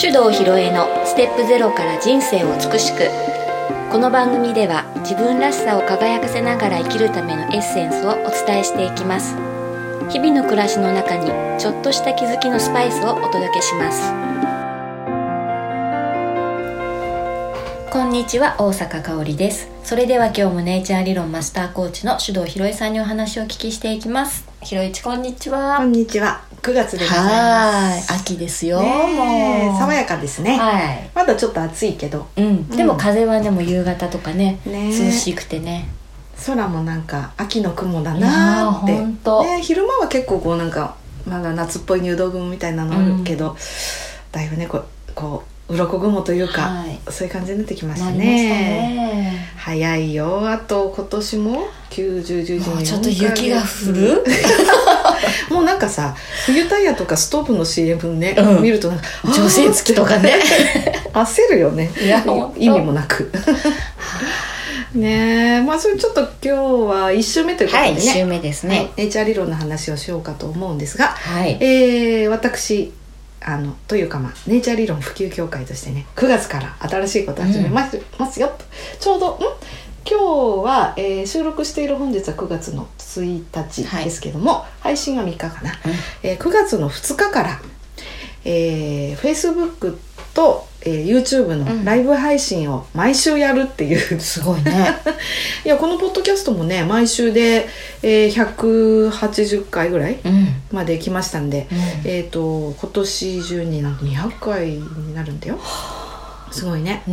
手動ひろえのステップゼロから人生を美しく。この番組では自分らしさを輝かせながら生きるためのエッセンスをお伝えしていきます。日々の暮らしの中にちょっとした気づきのスパイスをお届けします。こんにちは、大阪香織です。それでは今日もネイチャー理論マスターコーチの手動ひろえさんにお話をお聞きしていきます。ひろえち、こんにちは。 こんにちは。9月でございます。 はい、秋ですよ、 ね、 もう爽やかですね、 はい、 まだちょっと暑いけど、 でも風はね、もう夕方とかね、 涼しくてね、 空もなんか秋の雲だなーって、 ほんと、 昼間は結構こうなんかまだ夏っぽい入道雲みたいなのあるけど、だいぶねこう鱗雲というか、はい、そういう感じになってきましたね。早いよ。あと今年も9、10、11年、 ちょっと雪が降るもうなんかさ、冬タイヤとかストーブの CM ね、見るとなんか除雪機とかね焦るよね。意味もなくねえ、まあそれちょっと今日は1週目ということでね、 1週目ですね、 ネイチャー理論の話をしようかと思うんですが、 はい、 私というかネイチャー理論普及協会としてね、9月から新しいことを始めますよと、ちょうど今日は、収録している本日は9月の1日ですけども、配信が3日かな、9月の2日から、Facebook と、YouTube のライブ配信を毎週やるっていう、 すごいねいや、このポッドキャストもね、毎週で、180回ぐらいまで来ましたんで、今年中になんか200回になるんだよ。すごいね。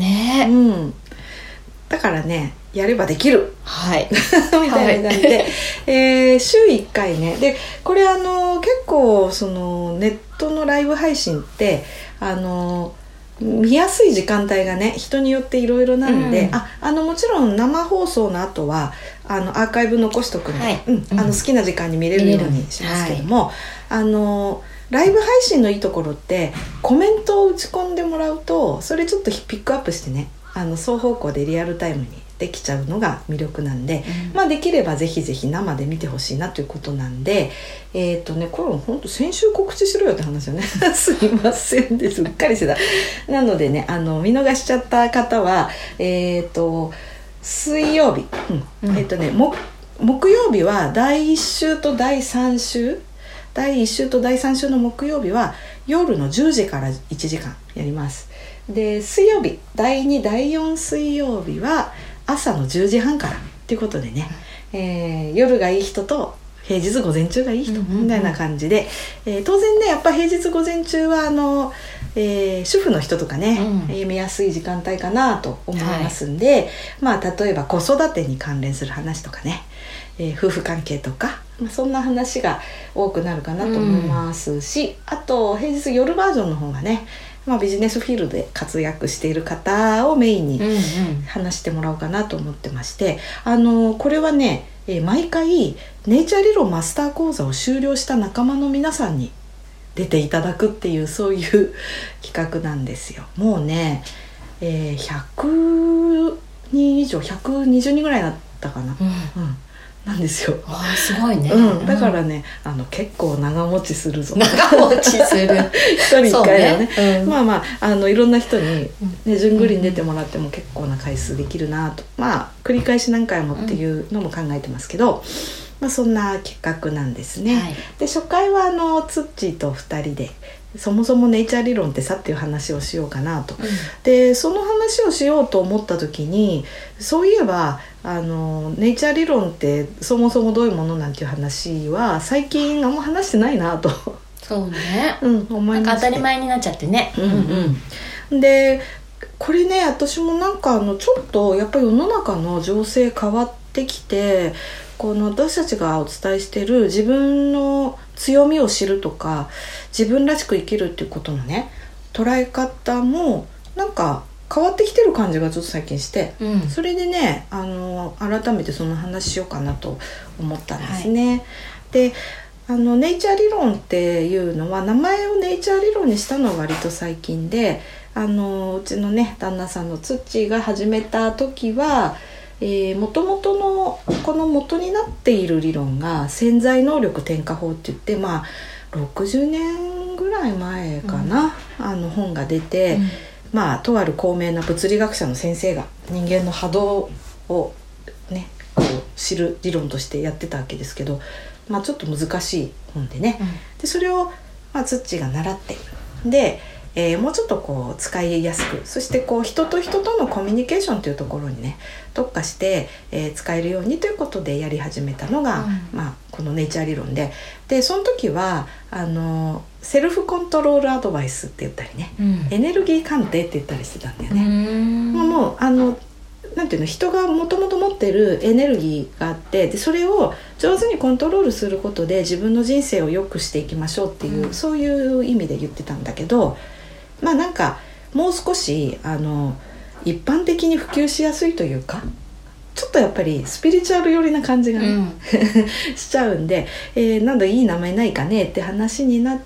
だからね、やればできる、はいみたいな感じで、週1回ね。でこれ結構そのネットのライブ配信って見やすい時間帯がね、人によっていろいろなので、もちろん生放送の後はアーカイブ残しとくので、好きな時間に見れるようにしますけども、ライブ配信のいいところってコメントを打ち込んでもらうと、それちょっとピックアップしてね、双方向でリアルタイムにできちゃうのが魅力なんで、できればぜひぜひ生で見てほしいなということなんで、これ本当先週告知しろよって話よねすいませんです、うっかりしてた。なのでね、見逃しちゃった方は水曜日、木曜日は第1週と第3週、第1週と第3週の木曜日は夜の10時から1時間やります。で水曜日、第2第4水曜日は朝の10時半からということでね、夜がいい人と平日午前中がいい人みたいな感じで、当然ね、やっぱ平日午前中は主婦の人とかね、見やすい時間帯かなと思いますんで、例えば子育てに関連する話とかね、夫婦関係とか、そんな話が多くなるかなと思いますし、あと平日夜バージョンの方がね、ビジネスフィールドで活躍している方をメインに話してもらおうかなと思ってまして、これはね、毎回ネイチャー理論マスター講座を修了した仲間の皆さんに出ていただくっていう、そういう企画なんですよ。もうね、100人以上、120人ぐらいだったかな、なんですよ。 すごいね、 だからね、結構長持ちするぞ。 長持ちする一人一回はね、いろんな人に、順繰りに出てもらっても結構な回数できるなと、繰り返し何回もっていうのも考えてますけど、そんな企画なんですね。で初回はツッチーと2人でそもそもネイチャー理論ってさっていう話をしようかなと、でその話をしようと思った時に、そういえばネイチャー理論ってそもそもどういうものなんていう話は最近あんま話してないなとそうね、 思いまして、 当たり前になっちゃってね。 でこれね、私もなんかちょっとやっぱり世の中の情勢変わってきて、この私たちがお伝えしている自分の強みを知るとか、自分らしく生きるっていうことのね、捉え方もなんか変わってきてる感じがちょっと最近して、それでね、改めてその話しようかなと思ったんですね。でネイチャー理論っていうのは、名前をネイチャー理論にしたのは割と最近で、うちのね旦那さんのツッチーが始めた時は、元々のこの元になっている理論が潜在能力転化法って言って、60年ぐらいらい前かな、本が出て、とある高名な物理学者の先生が人間の波動をねこう知る理論としてやってたわけですけど、ちょっと難しい本でね、でそれをツッチーが習って、でもうちょっとこう使いやすく、そしてこう人と人とのコミュニケーションというところにね特化して、使えるようにということでやり始めたのが、このネイチャー理論で、その時はセルフコントロールアドバイスって言ったりね、エネルギー鑑定って言ったりしてたんだよね。もうなんていうの、人がもともと持ってるエネルギーがあって、でそれを上手にコントロールすることで自分の人生を良くしていきましょうっていう、そういう意味で言ってたんだけど、なんかもう少し一般的に普及しやすいというか、ちょっとやっぱりスピリチュアル寄りな感じがね、しちゃうんで、なんだいい名前ないかねって話になって、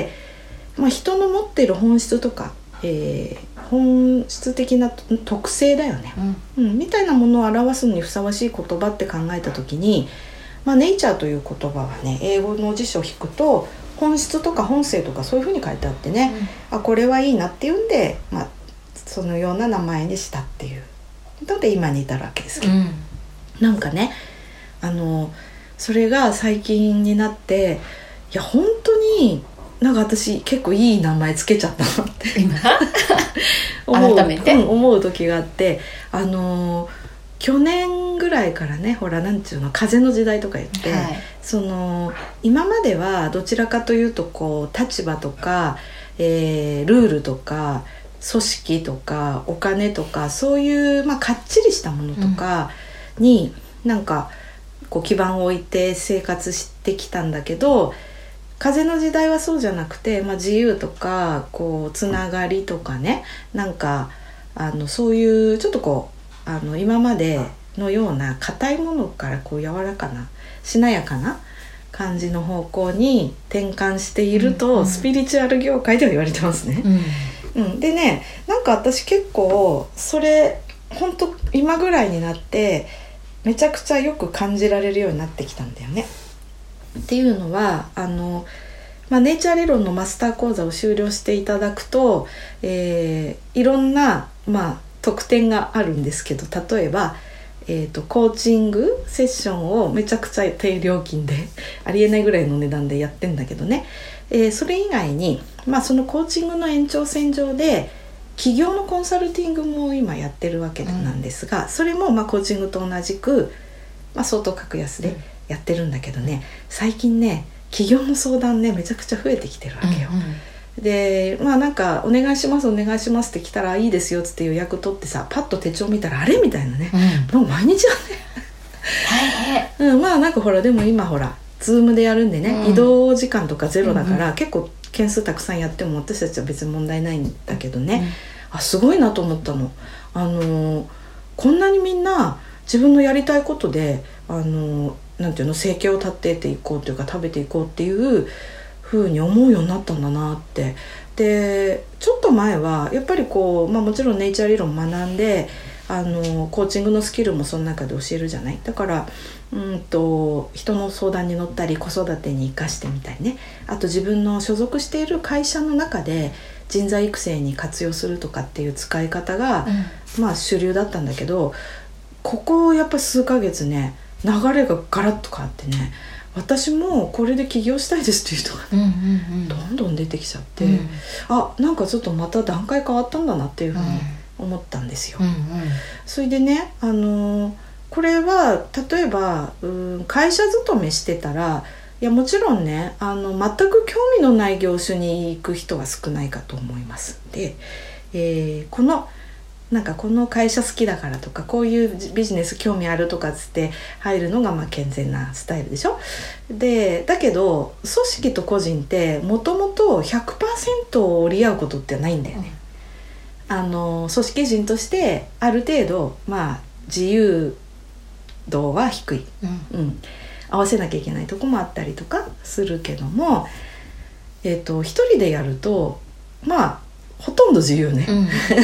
人の持ってる本質とか、本質的な特性だよね、みたいなものを表すのにふさわしい言葉って考えた時に、ネイチャーという言葉はね、英語の辞書を引くと本質とか本性とかそういう風に書いてあってね、これはいいなっていうんで、そのような名前にしたっていうので今に至るわけですけど、なんかねそれが最近になって、いや本当になんか私結構いい名前つけちゃったなって今改めて、 思う時があって、去年ぐらいからね、ほらなんちゅうの風の時代とか言って、その今まではどちらかというとこう立場とか、ルールとか組織とかお金とかそういう、かっちりしたものとかに、なんかこう基盤を置いて生活してきたんだけど、風の時代はそうじゃなくて、自由とかこうつながりとかね、なんかそういうちょっとこう今までのような硬いものからこう柔らかなしなやかな感じの方向に転換していると、スピリチュアル業界では言われてますね。でね、なんか私結構それ本当今ぐらいになってめちゃくちゃよく感じられるようになってきたんだよね。っていうのはネイチャー理論のマスター講座を修了していただくと、いろんな、特典があるんですけど、例えば、コーチングセッションをめちゃくちゃ低料金でありえないぐらいの値段でやってんだけどね、それ以外に、そのコーチングの延長線上で企業のコンサルティングも今やってるわけなんですが、それもコーチングと同じく、相当格安でやってるんだけどね、最近ね企業の相談ねめちゃくちゃ増えてきてるわけよ。でなんかお願いしますお願いしますって来たらいいですよっつって予約取ってさ、パッと手帳見たらあれみたいなね、もう毎日はね大変、 なんかほらでも今ほらズームでやるんでね、移動時間とかゼロだから、結構件数たくさんやっても私たちは別に問題ないんだけどね、すごいなと思ったの。こんなにみんな自分のやりたいことでなんていうの、生計を立てていこうというか食べていこうっていう風に思うようになったんだなって。でちょっと前はやっぱりこう、もちろんネイチャー理論学んでコーチングのスキルもその中で教えるじゃない。だから人の相談に乗ったり子育てに生かしてみたりね、あと自分の所属している会社の中で人材育成に活用するとかっていう使い方が、主流だったんだけど、ここやっぱ数ヶ月ね流れがガラッと変わってね、私もこれで起業したいですっていう人が、どんどん出てきちゃって、なんかちょっとまた段階変わったんだなっていうふうに思ったんですよ。それでねこれは例えば会社勤めしてたら、いやもちろんね全く興味のない業種に行く人は少ないかと思います。で、この会社好きだからとか、こういうビジネス興味あるとかつって入るのが健全なスタイルでしょ。でだけど組織と個人ってもともと 100% 折り合うことってないんだよね。組織人としてある程度自由度は低い、合わせなきゃいけないとこもあったりとかするけども、一人でやるとほとんど自由ね、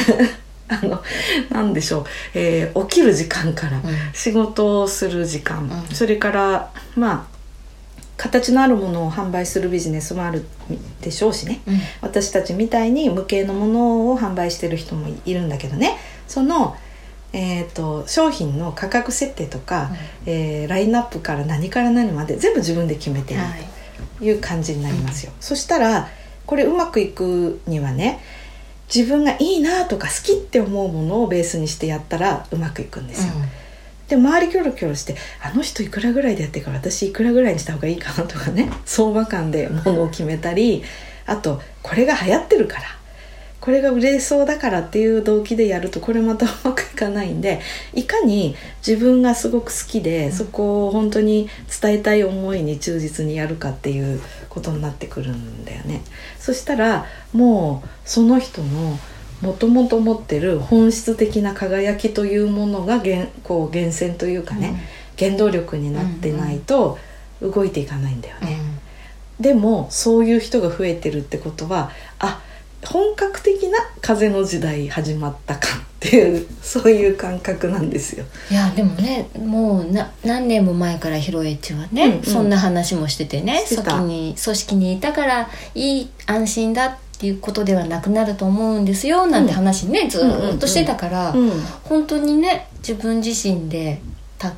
なんでしょう、起きる時間から仕事をする時間、それから形のあるものを販売するビジネスもあるでしょうしね、私たちみたいに無形のものを販売してる人もいるんだけどね、その、商品の価格設定とか、ラインナップから何から何まで全部自分で決めているという感じになりますよ、そしたらこれうまくいくにはね、自分がいいなとか好きって思うものをベースにしてやったらうまくいくんですよ、で周りキョロキョロして、あの人いくらぐらいでやってるから私いくらぐらいにした方がいいかなとかね、相場感で物を決めたり、あとこれが流行ってるから、これが売れそうだからっていう動機でやるとこれまたうまくいかないんで、いかに自分がすごく好きで、そこを本当に伝えたい思いに忠実にやるかっていうことになってくるんだよね。そしたらもうその人のもともと持ってる本質的な輝きというものが源泉というかね、原動力になってないと動いていかないんだよね、でもそういう人が増えてるってことは、本格的な風の時代始まったかっていう、そういう感覚なんですよ。 いやでもね、もう何年も前からヒロエッチはね、そんな話もしててね、組織にいたからいい安心だっていうことではなくなると思うんですよなんて話ね、ずっとしてたから、本当にね自分自身で立って、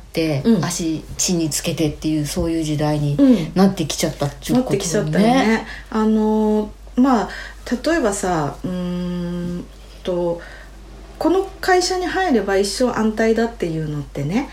足地につけてっていうそういう時代になってきちゃったっていうことね。なってきちゃったよね。 例えばさ、この会社に入れば一生安泰だっていうのってね、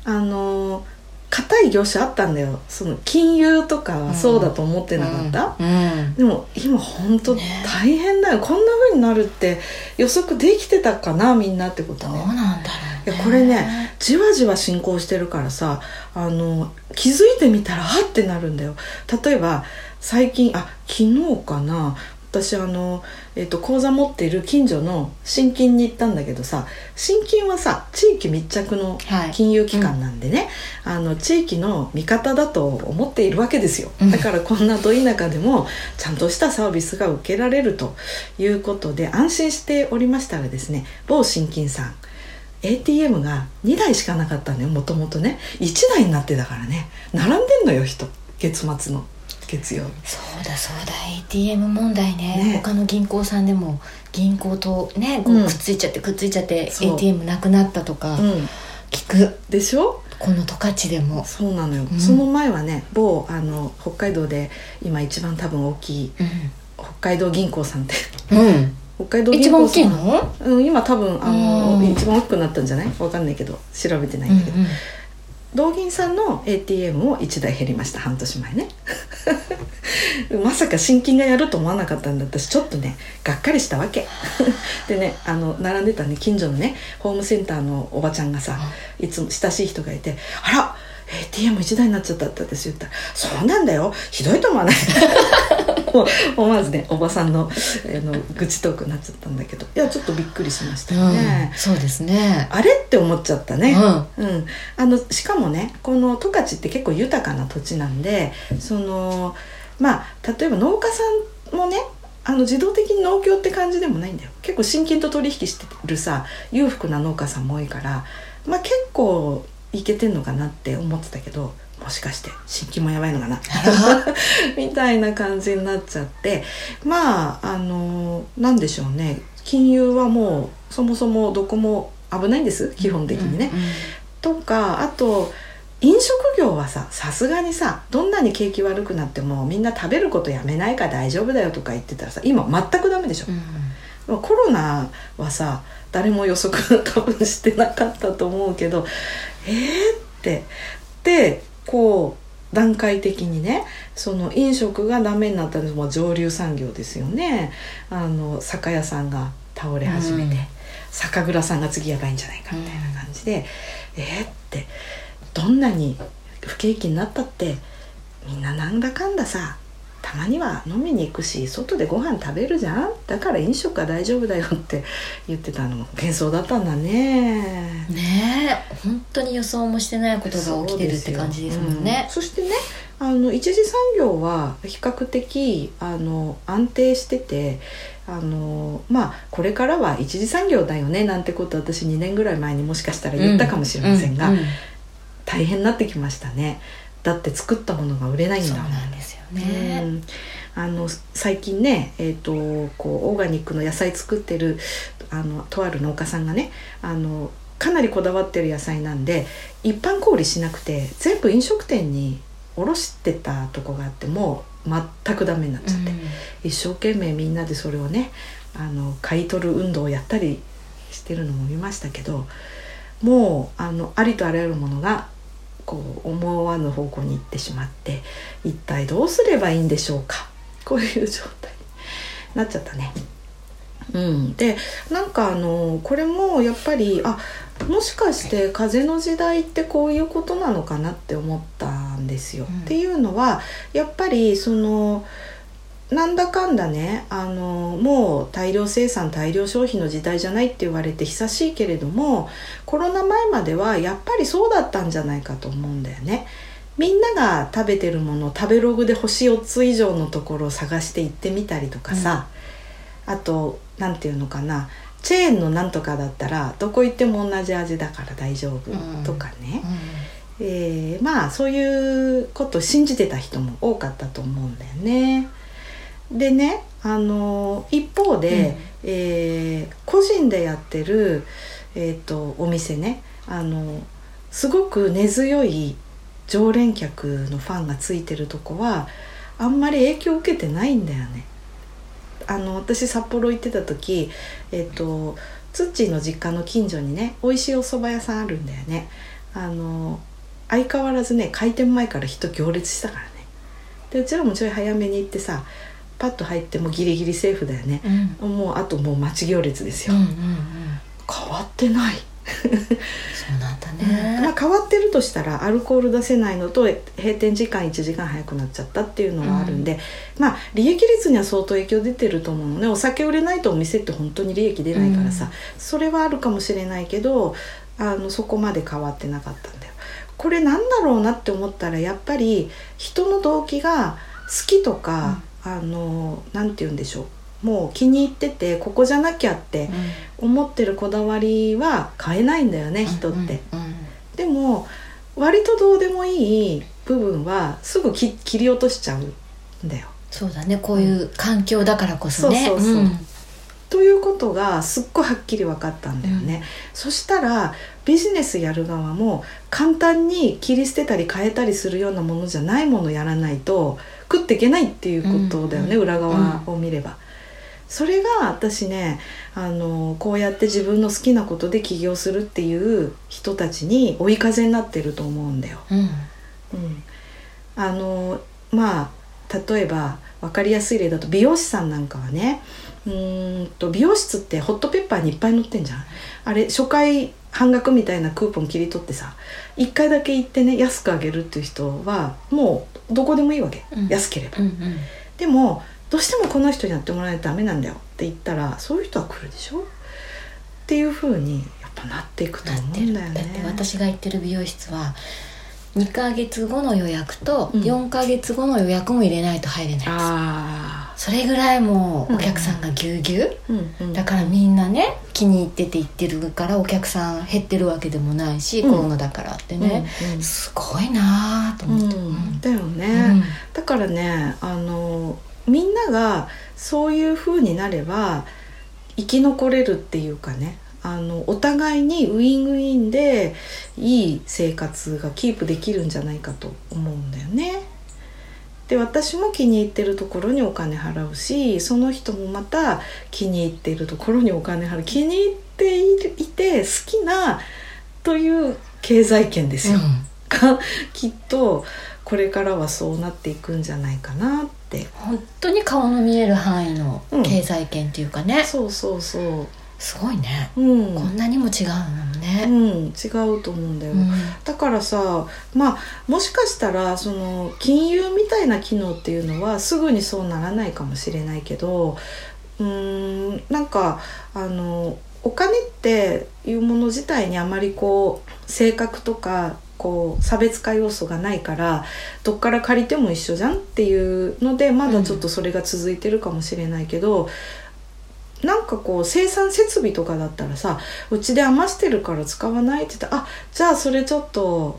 固い業種あったんだよ。その金融とかはそうだと思ってなかった、でも今本当大変だよ、こんな風になるって予測できてたかなみんなってことね。 どうなんだろうね。 いやこれねじわじわ進行してるからさ、気づいてみたらってなるんだよ。例えば最近昨日かな、私口座持っている近所の信金に行ったんだけどさ、信金はさ地域密着の金融機関なんでね、地域の味方だと思っているわけですよ。だからこんなど田舎でもちゃんとしたサービスが受けられるということで安心しておりましたらですね、某信金さん ATM が2台しかなかったのよ、もともとね。1台になってたからね、並んでんのよ人、月末の月曜日。 そうだ ATM 問題 ね。他の銀行さんでも銀行とねこうくっついちゃって、ATM なくなったとか聞く、 でしょ。 この十勝でもそうなのよ、その前はね某北海道で今一番多分大きい、北海道銀行さんって、北海道銀行さん一番大きいの？ 今多分一番大きくなったんじゃない？分かんないけど調べてないんだけど、道銀さんの ATM を1台減りました、半年前ねまさか新金がやると思わなかったんだ。私ちょっとねがっかりしたわけでね、並んでたね近所のねホームセンターのおばちゃんがさ、いつも親しい人がいて、あら ATM1 台になっちゃったって私言ったら、そうなんだよ、ひどいと思わない思わずねおばさんの愚痴トークになっちゃったんだけど、いやちょっとびっくりしましたよね、 そうですね。 あれって思っちゃったね、しかもねこの十勝って結構豊かな土地なんで、例えば農家さんもね自動的に農協って感じでもないんだよ。結構真剣と取引してるさ裕福な農家さんも多いから、結構いけてんのかなって思ってたけど、もしかして新金もやばいのかなみたいな感じになっちゃって、なんでしょうね、金融はもうそもそもどこも危ないんです基本的にね、とか、あと飲食業はさすがにさどんなに景気悪くなってもみんな食べることやめないから大丈夫だよとか言ってたらさ、今全くダメでしょ、でもコロナはさ誰も予測多分してなかったと思うけど、でこう段階的にねその飲食がダメになったのはもう上流産業ですよね。酒屋さんが倒れ始めて、酒蔵さんが次やばいんじゃないかみたいな感じで、ってどんなに不景気になったってみんななんだかんださたまには飲みに行くし外でご飯食べるじゃん、だから飲食は大丈夫だよって言ってたのも幻想だったんだね。 本当に予想もしてないことが起きてるって感じですもんね。 そしてね一次産業は比較的安定してて、これからは一次産業だよねなんてこと私2年ぐらい前にもしかしたら言ったかもしれませんが、大変になってきましたね。 だって作ったものが売れないんだもん。 そうなんですよね、 最近ね、こうオーガニックの野菜作ってるとある農家さんがね、かなりこだわってる野菜なんで一般小売りしなくて全部飲食店に卸してたとこがあって、もう全くダメになっちゃって、一生懸命みんなでそれをね買い取る運動をやったりしてるのも見ましたけど、もうありとあらゆるものがこう思わぬ方向に行ってしまって、一体どうすればいいんでしょうか、こういう状態になっちゃったね。でなんかこれもやっぱりもしかして風の時代ってこういうことなのかなって思ったんですよ、っていうのはやっぱりなんだかんだねもう大量生産大量消費の時代じゃないって言われて久しいけれども、コロナ前まではやっぱりそうだったんじゃないかと思うんだよね。みんなが食べてるものを食べログで星4つ以上のところを探して行ってみたりとかさ、あとなんていうのかな、チェーンのなんとかだったらどこ行っても同じ味だから大丈夫とかね、まあそういうことを信じてた人も多かったと思うんだよね。でね、一方で、個人でやってる、お店ね、すごく根強い常連客のファンがついてるとこはあんまり影響を受けてないんだよね。私札幌行ってた時、ツッチーの実家の近所にね美味しいお蕎麦屋さんあるんだよね。相変わらずね開店前から人行列したからね。でうちらもちょい早めに行ってさ、パッと入ってもギリギリセーフだよね、もうあともう待ち行列ですよ、変わってないそうなんだね、 変わってるとしたらアルコール出せないのと閉店時間1時間早くなっちゃったっていうのはあるんで、利益率には相当影響出てると思うのね。お酒売れないとお店って本当に利益出ないからさ、それはあるかもしれないけどそこまで変わってなかったんだよ。これなんだろうなって思ったら、やっぱり人の動機が好きとか、なんて言うんでしょう、もう気に入っててここじゃなきゃって思ってるこだわりは変えないんだよね、人って。でも割とどうでもいい部分はすぐ切り落としちゃうんだよ。 そうだね、こういう環境だからこそね。 ということがすっごいはっきり分かったんだよね、そしたらビジネスやる側も簡単に切り捨てたり変えたりするようなものじゃないものをやらないと食っていけないっていうことだよね、裏側を見れば。それが私ねこうやって自分の好きなことで起業するっていう人たちに追い風になってると思うんだよ、例えば分かりやすい例だと美容師さんなんかはね、美容室ってホットペッパーにいっぱい載ってんじゃん。あれ初回半額みたいなクーポン切り取ってさ、1回だけ行ってね安くあげるっていう人はもうどこでもいいわけ、安ければ、でもどうしてもこの人にやってもらわないとダメなんだよって言ったら、そういう人は来るでしょっていう風にやっぱなっていくと思うんだよね。 だって私が行ってる美容室は2ヶ月後の予約と4ヶ月後の予約も入れないと入れないです、それぐらいもうお客さんがぎゅうぎゅう、だからみんなね気に入ってて行ってるからお客さん減ってるわけでもないし、コロナだからってね、すごいなと思って、 だよね、だからねみんながそういう風になれば生き残れるっていうかね、お互いにウィンウィンでいい生活がキープできるんじゃないかと思うんだよね。で私も気に入ってるところにお金払うし、その人もまた気に入っているところにお金払う。気に入っていて好きなという経済圏ですよ、がきっとこれからはそうなっていくんじゃないかなって。 本当に顔の見える範囲の経済圏っていうかね、 そうそうそう、 すごいね、こんなにも違うのね、 違うと思うんだよ、だからさ、もしかしたらその金融みたいな機能っていうのはすぐにそうならないかもしれないけど、なんかお金っていうもの自体にあまりこう性格とかこう差別化要素がないから、どっから借りても一緒じゃんっていうのでまだちょっとそれが続いてるかもしれないけど、なんかこう生産設備とかだったらさ、うちで余してるから使わないって言ったら、じゃあそれちょっと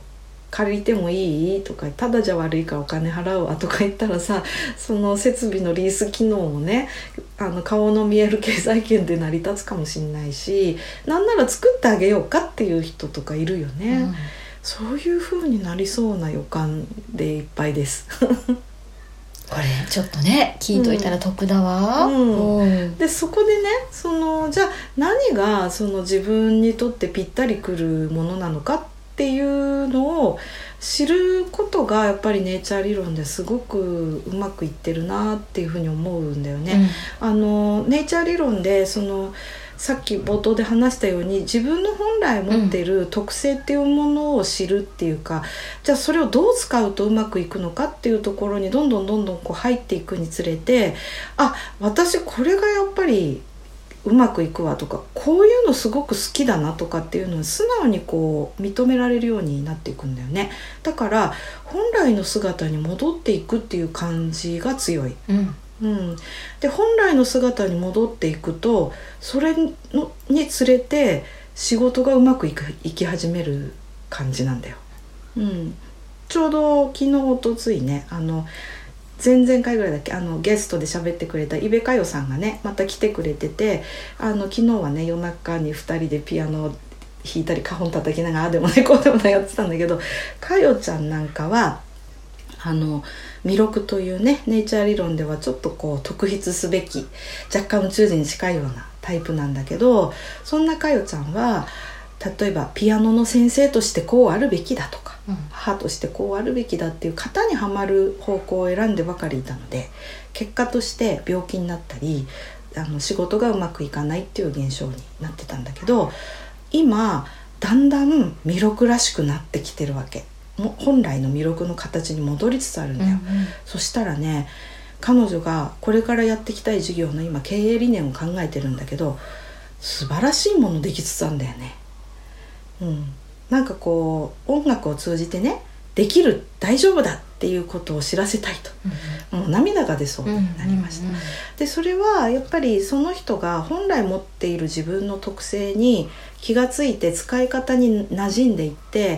借りてもいいとか、ただじゃ悪いからお金払うわとか言ったらさ、その設備のリース機能もね、顔の見える経済圏で成り立つかもしれないし、なんなら作ってあげようかっていう人とかいるよね、そういう風になりそうな予感でいっぱいですこれちょっとね聞いといたら得だわ、 でそこでね、じゃあ何がその自分にとってぴったりくるものなのかっていうのを知ることがやっぱりネイチャー理論ですごくうまくいってるなっていうふうに思うんだよね、ネイチャー理論でさっき冒頭で話したように、自分の本来持っている特性っていうものを知るっていうか、じゃあそれをどう使うとうまくいくのかっていうところにどんどんこう入っていくにつれて、私これがやっぱりうまくいくわとか、こういうのすごく好きだなとかっていうのを素直にこう認められるようになっていくんだよね。だから本来の姿に戻っていくっていう感じが強い、で本来の姿に戻っていくと、それにつれて仕事がうまくいき始める感じなんだよ、ちょうど昨日おとついね、前々回ぐらいだっけ、ゲストで喋ってくれた伊部佳代さんがねまた来てくれてて、昨日はね夜中に2人でピアノを弾いたりカホン叩きながらでもないこうでもないやってたんだけど、佳代ちゃんなんかは弥勒というねネイチャー理論ではちょっとこう特筆すべき、若干宇宙人に近いようなタイプなんだけど、そんな佳代ちゃんは例えばピアノの先生としてこうあるべきだとか、母としてこうあるべきだっていう型にはまる方向を選んでばかりいたので、結果として病気になったり仕事がうまくいかないっていう現象になってたんだけど、今だんだん弥勒らしくなってきてるわけ。本来の弥勒の形に戻りつつあるんだよ、そしたらね、彼女がこれからやっていきたい事業の今経営理念を考えてるんだけど、素晴らしいものできつつあるんだよね、なんかこう音楽を通じてね、できる、大丈夫だっていうことを知らせたいと、もう涙が出そうになりました、でそれはやっぱりその人が本来持っている自分の特性に気がついて使い方に馴染んでいって、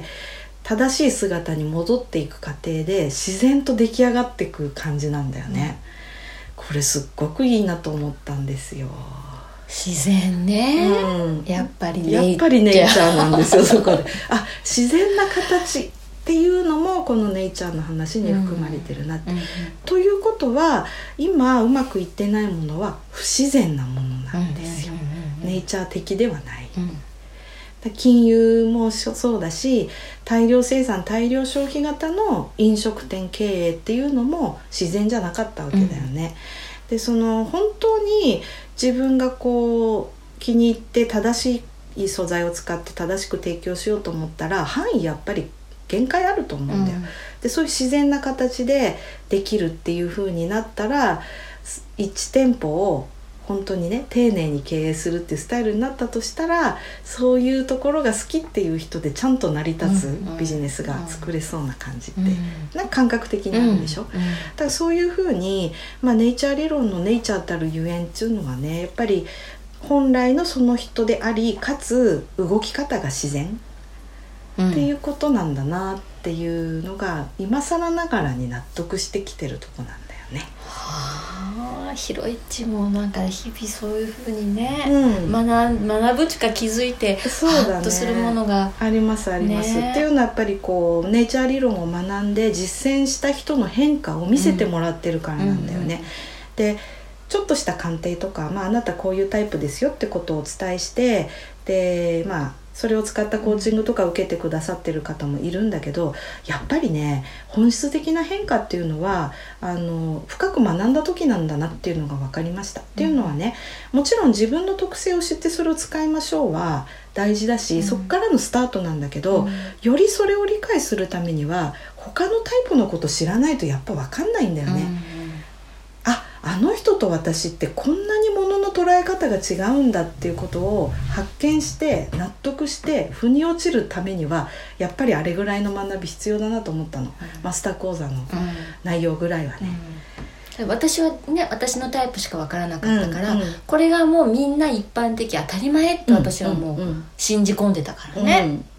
正しい姿に戻っていく過程で自然と出来上がっていく感じなんだよね、これすっごくいいなと思ったんですよ。 自然ね、やっぱりネイチャーなんですよそこで自然な形っていうのもこのネイチャーの話に含まれてるなって、ということは今うまくいってないものは不自然なものなんですよ、ネイチャー的ではない、金融もそうだし、大量生産大量消費型の飲食店経営っていうのも自然じゃなかったわけだよね、で本当に自分がこう気に入って正しい素材を使って正しく提供しようと思ったら範囲やっぱり限界あると思うんだよ、でそういう自然な形でできるっていう風になったら、1店舗を本当にね丁寧に経営するっていうスタイルになったとしたら、そういうところが好きっていう人でちゃんと成り立つビジネスが作れそうな感じって、なんか感覚的にあるでしょ、だからそういうふうに、ネイチャー理論のネイチャーたるゆえんっていうのはね、やっぱり本来のその人であり、かつ動き方が自然っていうことなんだなっていうのが、今更ながらに納得してきてるとこなんだよね。 ヒロイチもなんか日々そういう風にね、学ぶしか気づいてハッとするものがありますあります、っていうのはやっぱりこうネイチャー理論を学んで実践した人の変化を見せてもらってるからなんだよね、でちょっとした鑑定とか、あなたこういうタイプですよってことをお伝えして、でそれを使ったコーチングとか受けてくださってる方もいるんだけど、やっぱりね本質的な変化っていうのは深く学んだ時なんだなっていうのが分かりました、っていうのはね、もちろん自分の特性を知ってそれを使いましょうは大事だし、そこからのスタートなんだけど、よりそれを理解するためには他のタイプのこと知らないとやっぱ分かんないんだよね、あの人と私ってこんなに物の捉え方が違うんだっていうことを発見して納得して腑に落ちるためにはやっぱりあれぐらいの学び必要だなと思ったの、マスター講座の内容ぐらいはね、 私はね、私のタイプしか分からなかったから、これがもうみんな一般的当たり前って私はもう信じ込んでたからね、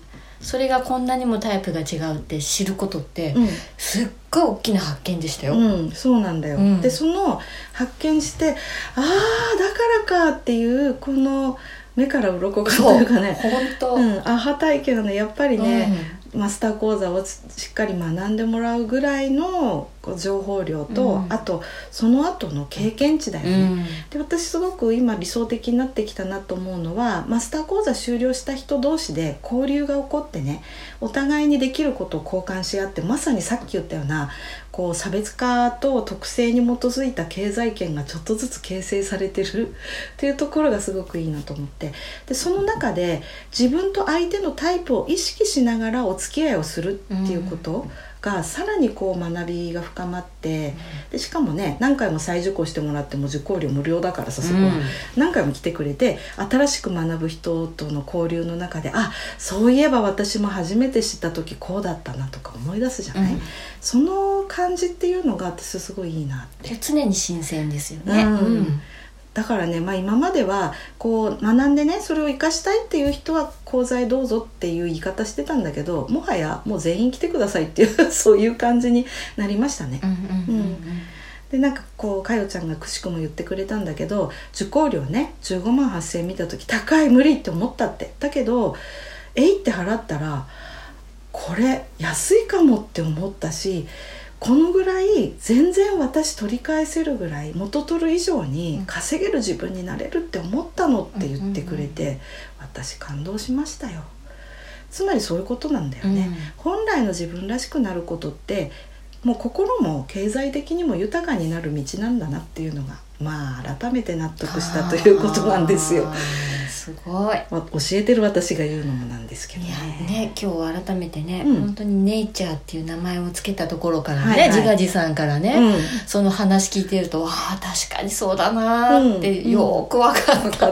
それがこんなにもタイプが違うって知ることって、すっごい大きな発見でしたよ。 そうなんだよ、でその発見してだからかっていうこの目から鱗がというかね、 本当、 アハ体験はねやっぱりね、マスター講座をしっかり学んでもらうぐらいの情報量と、あとその後の経験値だよね、で私すごく今理想的になってきたなと思うのは、マスター講座修了した人同士で交流が起こってね、お互いにできることを交換し合って、まさにさっき言ったようなこう差別化と特性に基づいた経済圏がちょっとずつ形成されてるっていうところがすごくいいなと思って、でその中で自分と相手のタイプを意識しながらお付き合いをするっていうことが、さらにこう学びが深まって、でしかもね何回も再受講してもらっても受講料無料だからさ、そこは何回も来てくれて、新しく学ぶ人との交流の中で、そういえば私も初めて知った時こうだったなとか思い出すじゃない、その感じっていうのが私すごいいいなって。 常に新鮮ですよね、 だからね、今まではこう学んでね、それを生かしたいっていう人は講座へどうぞっていう言い方してたんだけど、もはやもう全員来てくださいっていうそういう感じになりましたね。でなんかこうかよちゃんがくしくも言ってくれたんだけど、受講料ね15万8,000円見た時高い、無理って思ったって。だけどって払ったらこれ安いかもって思ったし、このぐらい全然私取り返せるぐらい元取る以上に稼げる自分になれるって思ったのって言ってくれて、私感動しましたよ。つまりそういうことなんだよね、本来の自分らしくなることってもう心も経済的にも豊かになる道なんだなっていうのが改めて納得したということなんですよ。 すごい教えてる私が言うのもなんですけどね。 今日改めてね、本当にネイチャーっていう名前をつけたところからね、自画自賛からね、その話聞いてると確かにそうだなってよく分かった、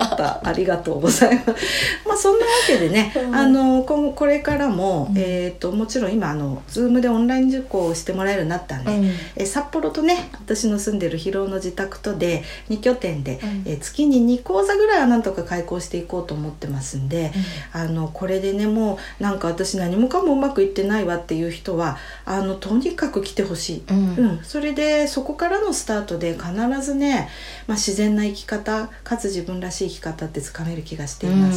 ありがとうございますそんなわけでね、これからも、もちろん今Zoom でオンライン受講をしてもらえるようになったんで、札幌とね私の住んでる広尾の自宅とで2拠点で、月に2講座ぐらいはなんとか開講していこうと思ってますんで、これでねもうなんか私何もかもうまくいってないわっていう人はとにかく来てほしい、それでそこからのスタートで必ずね、自然な生き方かつ自分らしい生き方ってつかめる気がしています、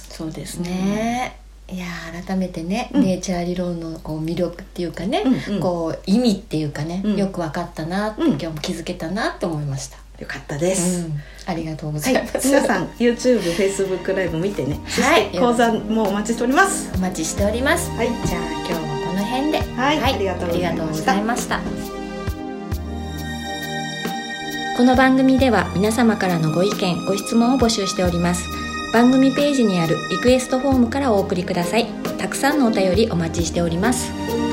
そうですね、いや改めてね、ネイチャー理論のこう魅力っていうかね、こう意味っていうかね、よく分かったなって、今日も気づけたなって思いました。 よかったです、 ありがとうございます、 皆さん YouTube、Facebook ライブ見てね、そして講座もお待ちしております。 お待ちしております、じゃあ今日はこの辺で、 ありがとうございました。 この番組では皆様からのご意見ご質問を募集しております。番組ページにあるリクエストフォームからお送りください。たくさんのお便りお待ちしております。